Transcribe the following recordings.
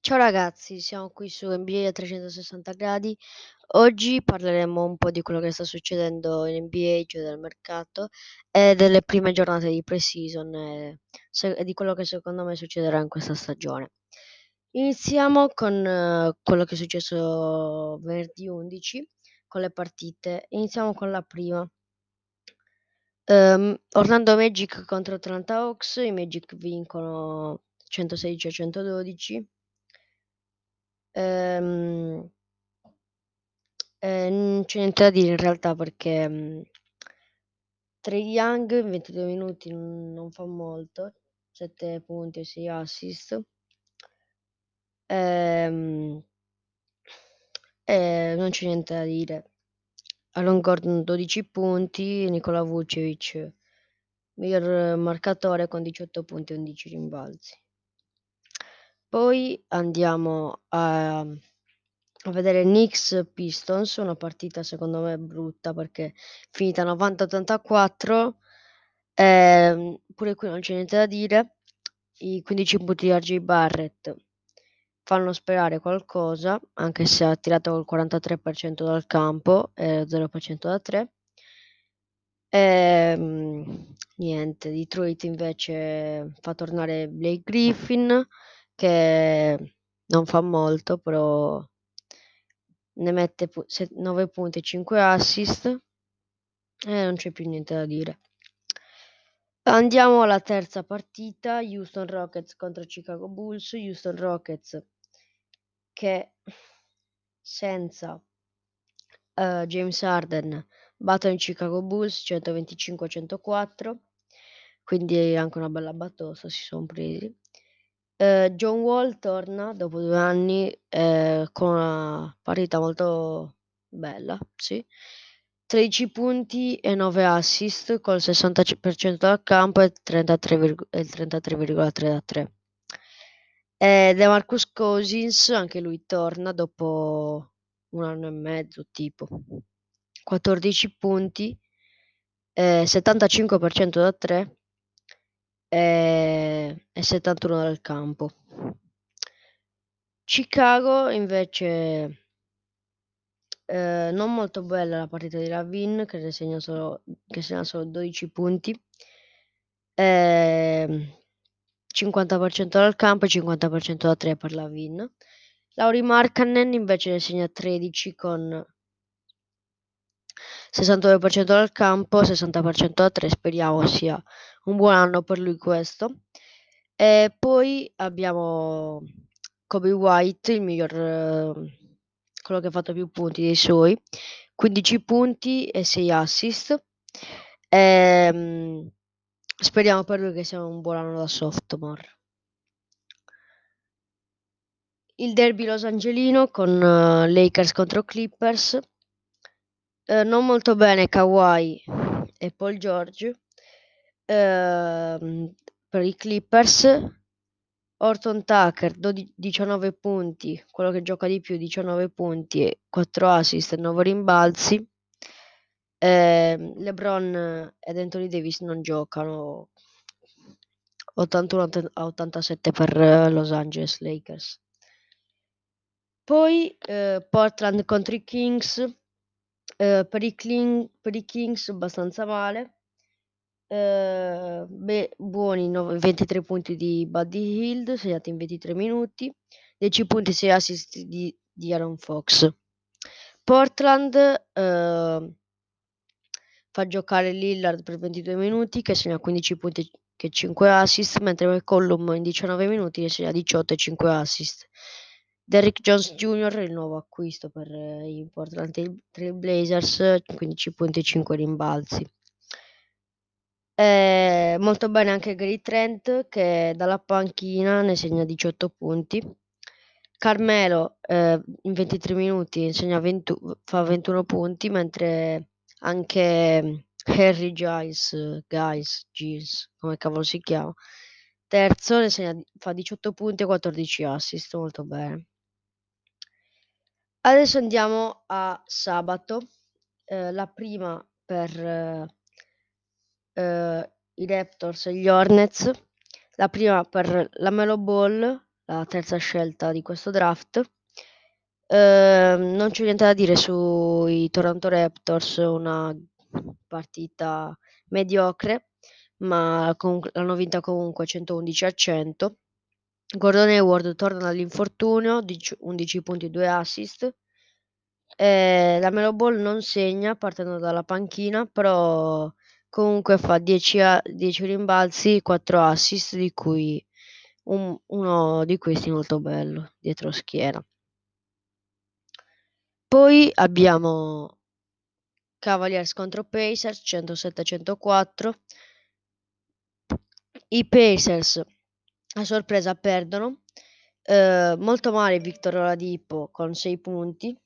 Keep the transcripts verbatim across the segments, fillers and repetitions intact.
Ciao ragazzi, siamo qui su N B A a trecentosessanta gradi. Oggi parleremo un po' di quello che sta succedendo in N B A, cioè del mercato, e delle prime giornate di pre-season e, se- e di quello che secondo me succederà in questa stagione. Iniziamo con eh, quello che è successo venerdì undici, con le partite. Iniziamo con la prima. Ehm, Orlando Magic contro Atlanta Hawks, i Magic vincono centosedici a centododici. Ehm, eh, non c'è niente da dire in realtà perché mh, Trae Young in ventidue minuti non, non fa molto, sette punti e sei assist. Ehm, eh, non c'è niente da dire. Aaron Gordon dodici punti, Nikola Vucevic miglior marcatore con diciotto punti e undici rimbalzi. Poi andiamo a, a vedere Knicks Pistons, una partita secondo me brutta perché è finita novanta a ottantaquattro. Ehm, pure qui non c'è niente da dire. I quindici punti di R J Barrett fanno sperare qualcosa, anche se ha tirato il quarantatré per cento dal campo e zero per cento da tre. Ehm, niente, Detroit invece fa tornare Blake Griffin che non fa molto, però ne mette nove punti e cinque assist e non c'è più niente da dire. Andiamo alla terza partita, Houston Rockets contro Chicago Bulls. Houston Rockets che senza uh, James Harden battono i Chicago Bulls centoventicinque a centoquattro, quindi anche una bella batosta si sono presi. Uh, John Wall torna dopo due anni eh, con una partita molto bella, sì. tredici punti e nove assist col sessanta per cento dal campo e, trentatré, e il trentatré virgola tre da tre. E DeMarcus Cousins, anche lui torna dopo un anno e mezzo, tipo. quattordici punti, eh, settantacinque per cento da tre e, e settantuno dal campo. Chicago invece eh, non molto bella la partita di Lavin che ne segna solo, che segna solo dodici punti, eh, cinquanta per cento dal campo e cinquanta per cento da tre per Lavin. Lauri Markkanen invece ne segna tredici con sessantadue per cento dal campo, sessanta per cento da tre, speriamo sia un buon anno per lui questo. E poi abbiamo Kobe White, il miglior, eh, quello che ha fatto più punti dei suoi, quindici punti e sei assist. Ehm, speriamo per lui che sia un buon anno da sophomore. Il derby Los Angelino con uh, Lakers contro Clippers. Eh, non molto bene Kawhi e Paul George. Ehm, per i Clippers. Horton Tucker dodici diciannove punti, quello che gioca di più diciannove punti e quattro assist e nove rimbalzi. Eh, LeBron ed Anthony Davis non giocano. ottantuno a ottantasette per eh, Los Angeles Lakers. Poi eh, Portland contro i Kings. Eh, per, i Kling, per i Kings abbastanza male. Eh, beh, buoni nove, ventitré punti di Buddy Hield segnati in ventitré minuti, dieci punti e sei assist di, di Aaron Fox. Portland eh, fa giocare Lillard per ventidue minuti che segna quindici punti e cinque assist, mentre McCollum in diciannove minuti ne segna diciotto e cinque assist. Derrick Jones Junior il nuovo acquisto per eh, i Portland Trail Blazers, quindici punti e cinque rimbalzi. Eh, molto bene anche Gary Trent che dalla panchina ne segna diciotto punti. Carmelo eh, in ventitré minuti segna venti, fa ventuno punti, mentre anche Harry Giles, Giles, Giles, come cavolo si chiama, terzo ne segna, fa diciotto punti e quattordici assist, molto bene. Adesso andiamo a sabato, eh, la prima per eh, eh, i Raptors e gli Hornets, la prima per la Melo Ball la terza scelta di questo draft. Eh, non c'è niente da dire sui Toronto Raptors, una partita mediocre, ma comunque, l'hanno vinta comunque centoundici a cento. Gordon Hayward torna dall'infortunio, undici punti e due assist. Eh, la Melo Ball non segna partendo dalla panchina, però comunque fa dieci, a- dieci rimbalzi, quattro assist, di cui un- uno di questi molto bello, dietro schiena. Poi abbiamo Cavaliers contro Pacers, centosette a centoquattro. I Pacers a sorpresa perdono. Eh, molto male Victor Oladipo con sei punti.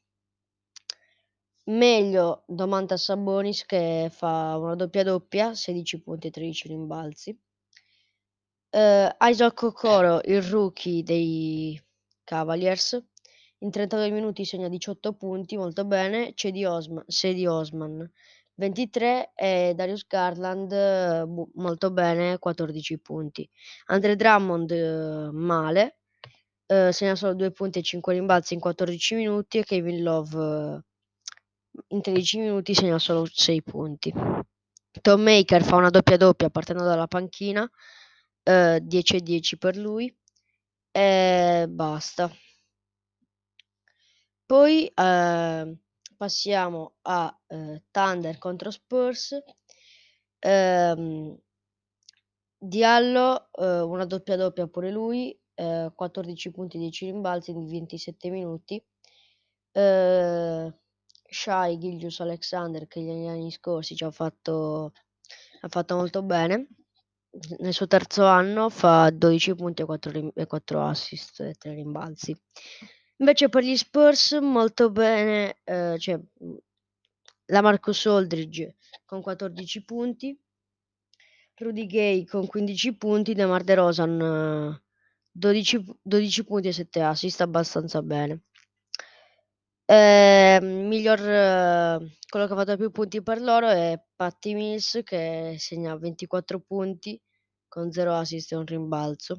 Meglio Domantas Sabonis che fa una doppia doppia, sedici punti e tredici rimbalzi. Uh, Isaac Okoro, il rookie dei Cavaliers, in trentadue minuti segna diciotto punti, molto bene. Cedi Osman, Cedi Osman ventitré e Darius Garland uh, molto bene, quattordici punti. Andre Drummond uh, male, uh, segna solo due punti e cinque rimbalzi in quattordici minuti, e Kevin Love uh, in tredici minuti segna solo sei punti. Tom Maker fa una doppia doppia partendo dalla panchina, eh, dieci e dieci per lui, e basta. Poi eh, passiamo a eh, Thunder contro Spurs. ehm, Diallo eh, una doppia doppia pure lui, eh, quattordici punti, dieci rimbalzi in ventisette minuti. eh, Shai Gilgeous-Alexander, che negli anni scorsi ci ha fatto, ha fatto molto bene, nel suo terzo anno fa dodici punti e quattro, rim- e quattro assist e tre rimbalzi. Invece per gli Spurs molto bene, eh, cioè, la Marcus Aldridge con quattordici punti, Rudy Gay con quindici punti, DeMar DeRozan eh, dodici, dodici punti e sette assist, abbastanza bene. Eh, miglior, eh, quello che ha fatto più punti per loro è Patty Mills, che segna ventiquattro punti con zero assist e un rimbalzo.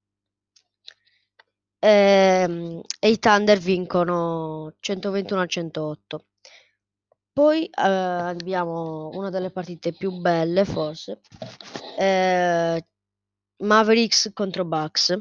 Ehm, e i Thunder vincono centoventuno a centootto. Poi eh, abbiamo una delle partite più belle, forse, eh, Mavericks contro Bucks.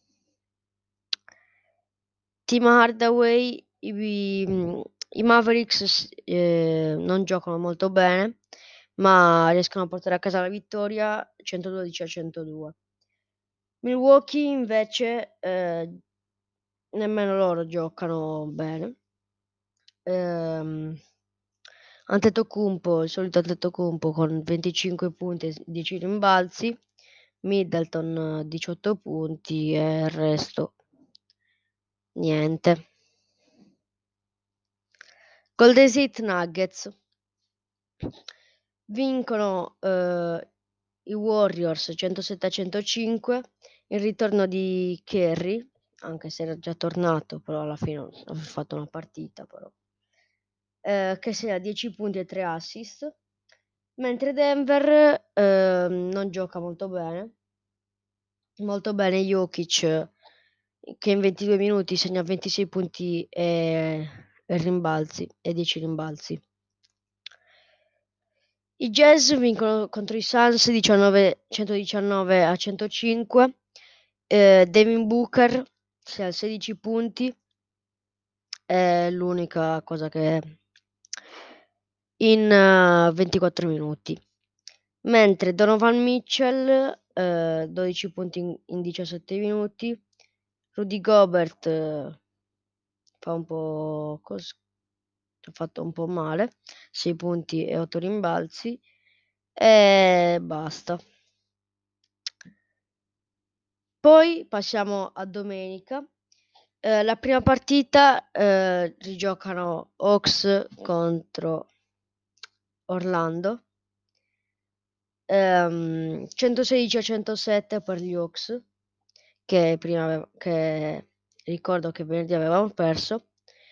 Team Hardaway, i, i Mavericks eh, non giocano molto bene, ma riescono a portare a casa la vittoria centododici a centodue. Milwaukee invece eh, nemmeno loro giocano bene. Ehm, Antetokounmpo, il solito Antetokounmpo con venticinque punti e dieci rimbalzi, Middleton diciotto punti e il resto niente. Golden State Nuggets vincono eh, i Warriors centosette a centocinque, il ritorno di Curry, anche se era già tornato, però alla fine ha fatto una partita, però. Eh, che segna dieci punti e tre assist, mentre Denver eh, non gioca molto bene. Molto bene Jokic, che in ventidue minuti segna ventisei punti e, e rimbalzi e dieci rimbalzi. I Jazz vincono contro i Suns diciannove, centodiciannove a centocinque. Eh, Devin Booker si ha sedici punti, è l'unica cosa che in uh, ventiquattro minuti. Mentre Donovan Mitchell, eh, dodici punti in, in diciassette minuti. Rudy Gobert eh, fa un po' cos- ha fatto un po' male, sei punti e otto rimbalzi e basta. Poi passiamo a domenica. Eh, la prima partita eh, rigiocano Hawks contro Orlando. Ehm, centosedici a centosette per gli Hawks, che prima ave- che ricordo che venerdì avevamo perso.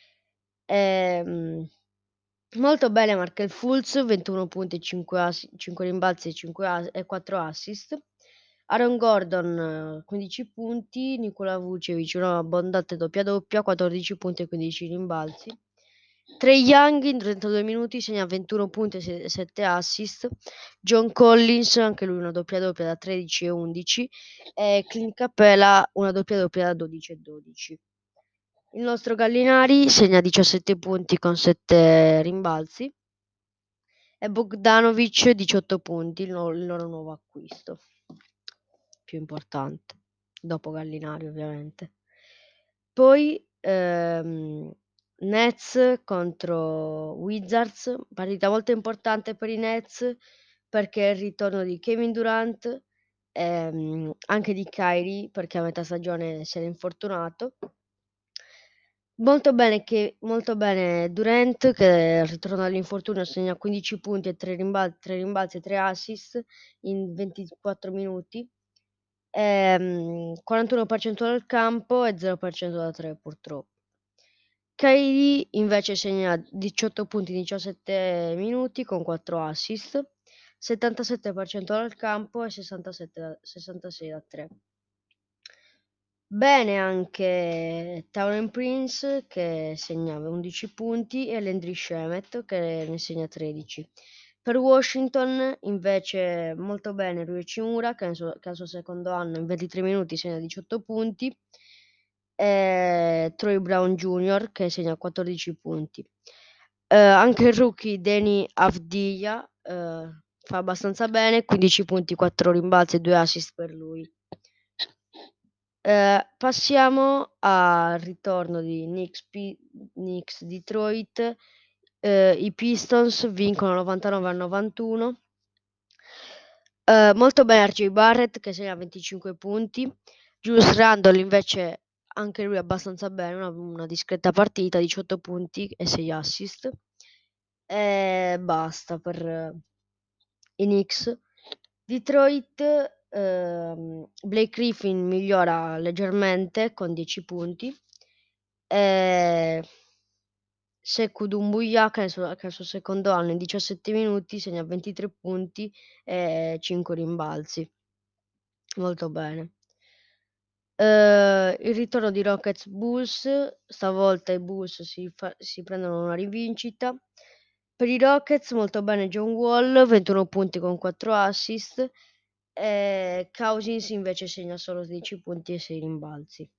Ehm, molto bene Markel Fultz, ventuno punti, cinque, assi- cinque rimbalzi e, cinque as- e quattro assist. Aaron Gordon quindici punti, Nikola Vucevic una abbondante doppia doppia, quattordici punti e quindici rimbalzi. Trae Young in trentadue minuti segna ventuno punti e sette assist. John Collins, anche lui una doppia doppia da tredici e undici. E Clint Capela una doppia doppia da dodici e dodici. Il nostro Gallinari segna diciassette punti con sette rimbalzi. E Bogdanovic diciotto punti, il, no- il loro nuovo acquisto più importante, dopo Gallinari ovviamente. Poi ehm, Nets contro Wizards, partita molto importante per i Nets perché è il ritorno di Kevin Durant, ehm, anche di Kyrie perché a metà stagione si era infortunato. Molto bene, che, molto bene Durant che ritorna dall'infortunio, segna quindici punti e tre rimbalzi, tre rimbalzi e tre assist in ventiquattro minuti. Ehm, quarantuno per cento dal campo e zero per cento da tre purtroppo. Kyrie invece segna diciotto punti in diciassette minuti con quattro assist, settantasette per cento dal campo e sessantasette da, sessantasei da tre. Bene anche Tauren Prince che segnava undici punti e Landry Shamet che ne segna tredici. Per Washington invece molto bene Rui Hachimura che, che al suo secondo anno in ventitré minuti segna diciotto punti e Troy Brown junior che segna quattordici punti. Eh, anche il rookie Danny Avdija eh, fa abbastanza bene, quindici punti, quattro rimbalzi e due assist per lui. Eh, passiamo al ritorno di Knicks, P- Knicks Detroit. Eh, I Pistons vincono novantanove a novantuno. Eh, molto bene R J Barrett che segna venticinque punti. Julius Randle invece anche lui abbastanza bene, una, una discreta partita, diciotto punti e sei assist. E basta per eh, i Knicks. Detroit, ehm, Blake Griffin migliora leggermente con dieci punti. E Sekou Doumbouya che, che al suo secondo anno in diciassette minuti segna ventitré punti e cinque rimbalzi. Molto bene. Uh, il ritorno di Rockets Bulls, stavolta i Bulls si, fa- si prendono una rivincita. Per i Rockets molto bene John Wall, ventuno punti con quattro assist. E Cousins invece segna solo dieci punti e sei rimbalzi.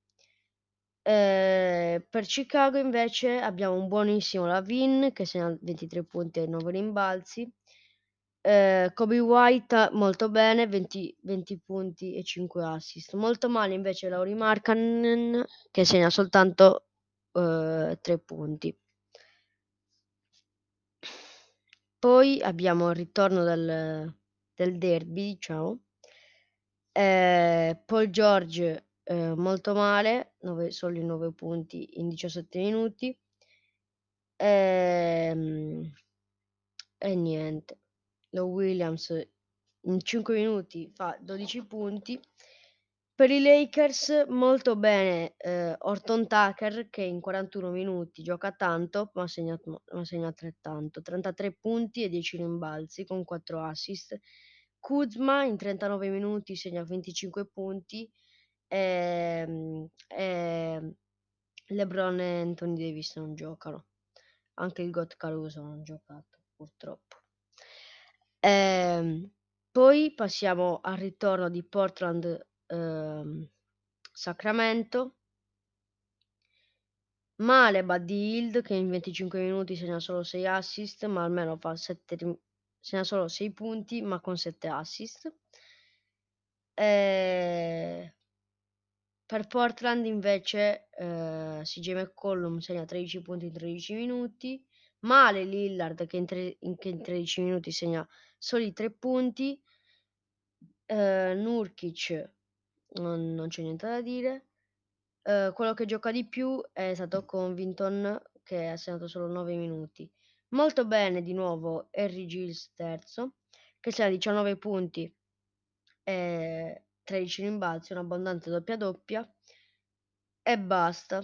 Eh, per Chicago invece abbiamo un buonissimo Lavin che segna ventitré punti e nove rimbalzi. Eh, Kobe White molto bene, venti, venti punti e cinque assist. Molto male invece Lauri Markkanen che segna soltanto eh, tre punti. Poi abbiamo il ritorno del, del derby, diciamo. Eh, Paul George eh, molto male, nove, solo nove punti in diciassette minuti. Ehm, E, niente. Lo Williams in cinque minuti fa dodici punti. Per i Lakers molto bene eh, Horton Tucker che in quarantuno minuti gioca tanto ma segna, ma segna altrettanto, trentatré punti e dieci rimbalzi con quattro assist. Kuzma in trentanove minuti segna venticinque punti e, e LeBron e Anthony Davis non giocano, anche il Got Caruso non ha giocato purtroppo. Ehm, poi passiamo al ritorno di Portland ehm, Sacramento. Male Buddy Hield che in venticinque minuti segna solo sei assist, ma almeno fa sette rim- segna solo sei punti, ma con sette assist. E... Per Portland invece eh, C J McCollum segna tredici punti in tredici minuti. Male Lillard che in, tre- in- che in tredici minuti segna soli tre punti. Eh, Nurkic non, non c'è niente da dire. Eh, quello che gioca di più è stato Covington che ha segnato solo nove minuti. Molto bene di nuovo Harry Giles terzo che segna diciannove punti e tredici rimbalzi, un'abbondante doppia doppia e basta.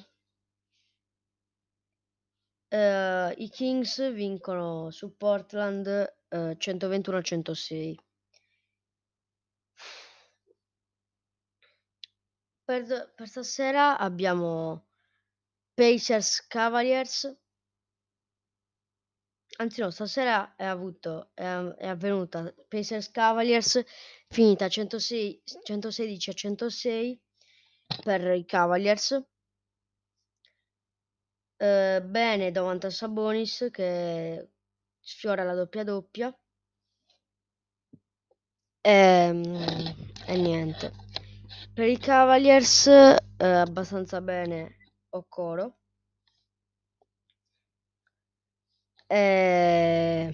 Eh, I Kings vincono su Portland eh, centoventuno a centosei. Per, per stasera abbiamo Pacers Cavaliers. Anzi no, stasera è avuto è è avvenuta Pacers Cavaliers, finita centosei centosedici a centosei per i Cavaliers. Ehm, bene Domantas Sabonis che sfiora la doppia doppia. Ehm, e niente. Per i Cavaliers eh, abbastanza bene Okoro. E...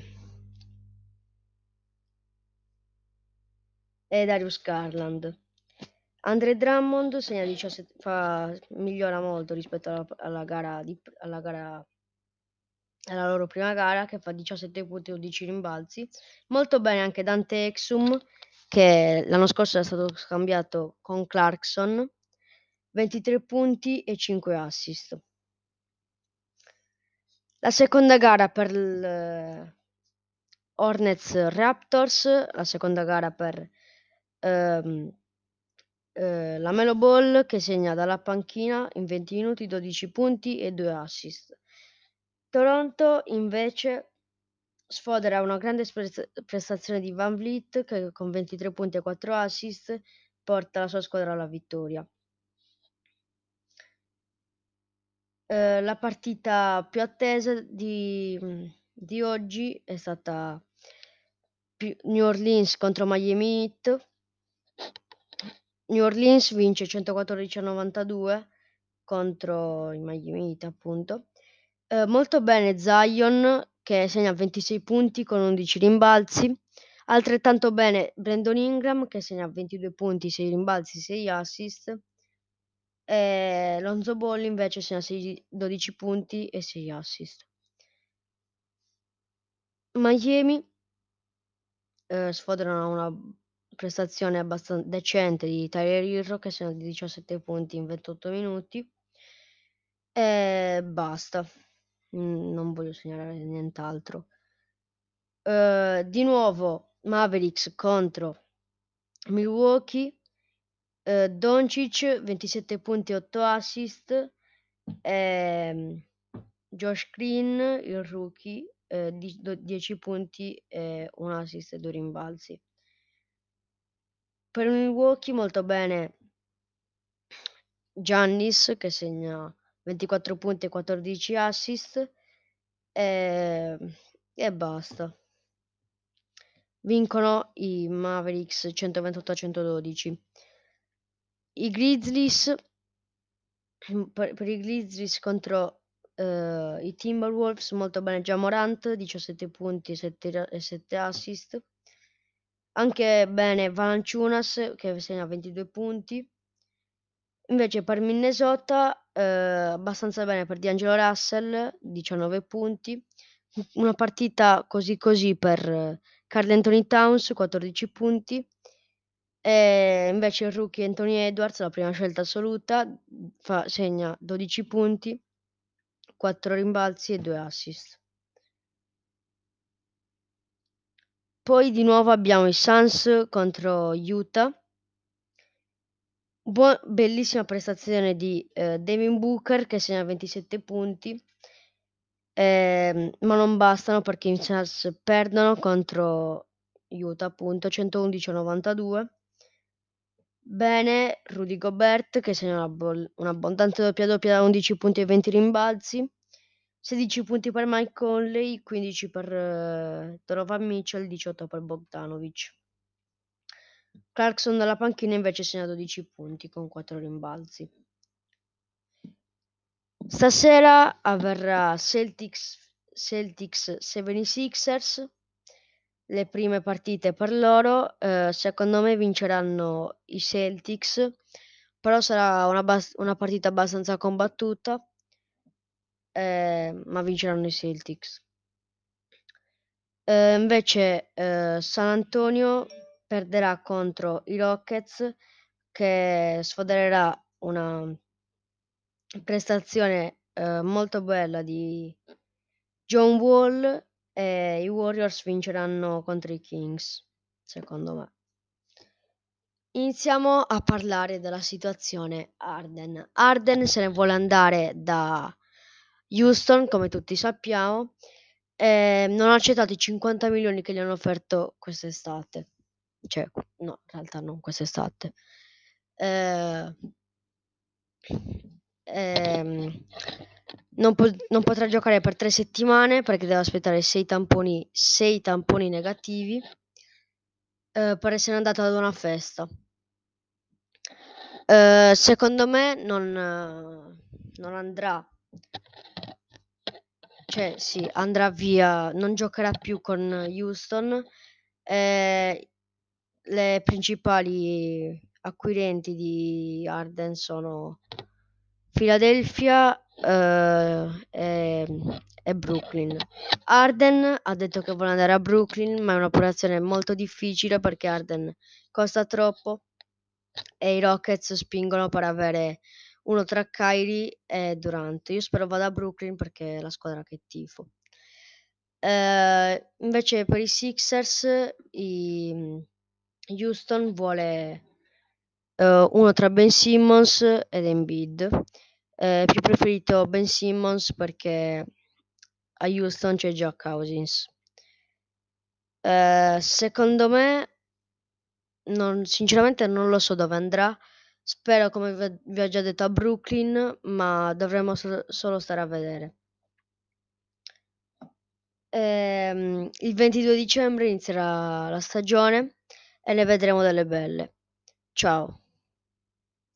e Darius Garland. Andre Drummond segna diciassette, fa, migliora molto rispetto alla, alla, gara di, alla gara alla loro prima gara, che fa diciassette punti e undici rimbalzi. Molto bene anche Dante Exum, che l'anno scorso è stato scambiato con Clarkson, ventitré punti e cinque assist. La seconda gara per il Hornets Raptors, la seconda gara per ehm, eh, la Melo Ball, che segna dalla panchina in venti minuti dodici punti e due assist. Toronto invece sfodera una grande prestazione di VanVleet, che con ventitré punti e quattro assist porta la sua squadra alla vittoria. Eh, la partita più attesa di, di oggi è stata New Orleans contro Miami Heat. New Orleans vince centoquattordici a novantadue contro i Miami Heat, appunto. Eh, molto bene Zion, che segna ventisei punti con undici rimbalzi. Altrettanto bene Brandon Ingram, che segna ventidue punti, sei rimbalzi, sei assist. E Lonzo Ball invece segna sei, dodici punti e sei assist. Miami eh, sfoderano una prestazione abbastanza decente di Tyler Hero, che segna diciassette punti in ventotto minuti. E basta. Mm, non voglio segnalare nient'altro. Uh, di nuovo Mavericks contro Milwaukee. uh, Doncic ventisette punti e otto assist. E Josh Green, il rookie, uh, dieci punti e un assist e due rimbalzi. Per Milwaukee molto bene Giannis, che segna ventiquattro punti e quattordici assist. E, e basta. Vincono i Mavericks centoventotto a centododici. I Grizzlies per, per i Grizzlies contro uh, i Timberwolves molto bene Ja Morant, diciassette punti e sette, e sette assist. Anche bene Valanciunas, che segna ventidue punti. Invece per Minnesota eh, abbastanza bene per D'Angelo Russell, diciannove punti. Una partita così così per Karl Anthony Towns, quattordici punti. E invece il rookie Anthony Edwards, la prima scelta assoluta, fa, segna dodici punti, quattro rimbalzi e due assist. Poi di nuovo abbiamo i Suns contro Utah. Buo- bellissima prestazione di eh, Devin Booker, che segna ventisette punti, ehm, ma non bastano perché i Suns perdono contro Utah, appunto, centoundici a novantadue. Bene Rudy Gobert, che segna una bol- un'abbondante doppia doppia da undici punti e venti rimbalzi, sedici punti per Mike Conley, quindici per eh, Donovan Mitchell, diciotto per Bogdanovic. Clarkson dalla panchina invece segna dodici punti con quattro rimbalzi. Stasera avverrà Celtics, Celtics settantasei ers, le prime partite per loro. Eh, secondo me vinceranno i Celtics, però sarà una, bas- una partita abbastanza combattuta, eh, ma vinceranno i Celtics. Eh, invece eh, San Antonio perderà contro i Rockets, che sfodererà una prestazione eh, molto bella di John Wall, e i Warriors vinceranno contro i Kings, secondo me. iniziamo a parlare della situazione Harden. Harden se ne vuole andare da Houston, come tutti sappiamo, e non ha accettato i cinquanta milioni che gli hanno offerto quest'estate. Cioè, no, in realtà non quest'estate. Eh, ehm, non, po- non potrà giocare per tre settimane perché deve aspettare sei tamponi, sei tamponi negativi eh, per essere andato ad una festa. Eh, secondo me non, eh, non andrà, cioè sì, andrà via, non giocherà più con Houston. Eh, le principali acquirenti di Harden sono Philadelphia eh, e, e Brooklyn. Harden ha detto che vuole andare a Brooklyn, ma è un'operazione molto difficile perché Harden costa troppo e i Rockets spingono per avere uno tra Kyrie e Durant. Io spero vada a Brooklyn perché è la squadra che tifo. Eh, invece per i Sixers, i, Houston vuole eh, uno tra Ben Simmons ed Embiid. Eh, più preferito Ben Simmons perché a Houston c'è già Cousins. Eh, secondo me, non- sinceramente non lo so dove andrà. Spero, come vi vi ho già detto, a Brooklyn, ma dovremo so- solo stare a vedere. Ehm, il ventidue dicembre inizierà la stagione e ne vedremo delle belle. Ciao.